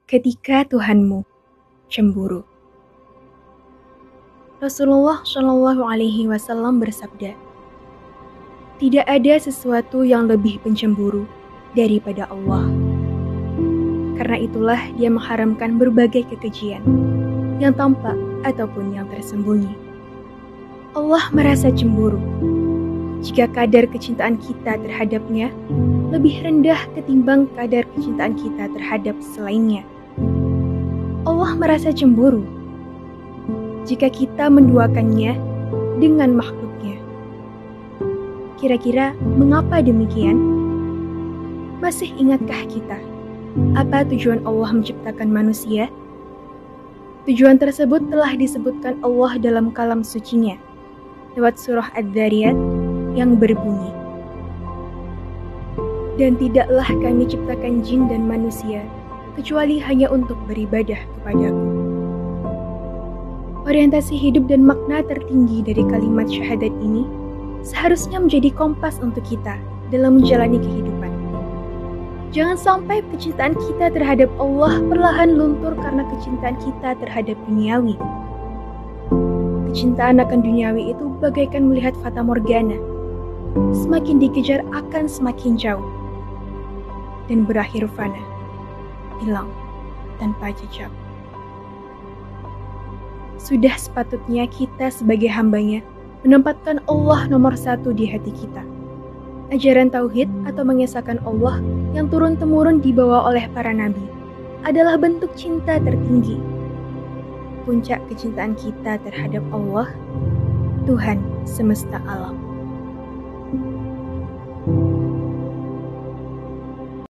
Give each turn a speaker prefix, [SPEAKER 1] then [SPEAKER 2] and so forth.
[SPEAKER 1] ketika Tuhanmu cemburu. Rasulullah Shallallahu Alaihi Wasallam bersabda, tidak ada sesuatu yang lebih pencemburu daripada Allah. Karena itulah Dia mengharamkan berbagai kekejian yang tampak ataupun yang tersembunyi. Allah merasa cemburu jika kadar kecintaan kita terhadapnya lebih rendah ketimbang kadar kecintaan kita terhadap selainnya. Allah merasa cemburu jika kita menduakannya dengan makhluknya. Kira-kira mengapa demikian? Masih ingatkah kita apa tujuan Allah menciptakan manusia? Tujuan tersebut telah disebutkan Allah dalam kalam sucinya lewat surah Ad-Dzariyat yang berbunyi, dan tidaklah kami ciptakan jin dan manusia kecuali hanya untuk beribadah kepadaku. Orientasi hidup dan makna tertinggi dari kalimat syahadat ini seharusnya menjadi kompas untuk kita dalam menjalani kehidupan. Jangan sampai kecintaan kita terhadap Allah perlahan luntur karena kecintaan kita terhadap duniawi. Kecintaan akan duniawi itu bagaikan melihat fata morgana. Semakin dikejar akan semakin jauh dan berakhir fana, hilang tanpa jejak. Sudah sepatutnya kita sebagai hambanya menempatkan Allah nomor satu di hati kita. Ajaran tauhid atau mengesahkan Allah yang turun-temurun dibawa oleh para nabi adalah bentuk cinta tertinggi. Puncak kecintaan kita terhadap Allah, Tuhan semesta alam.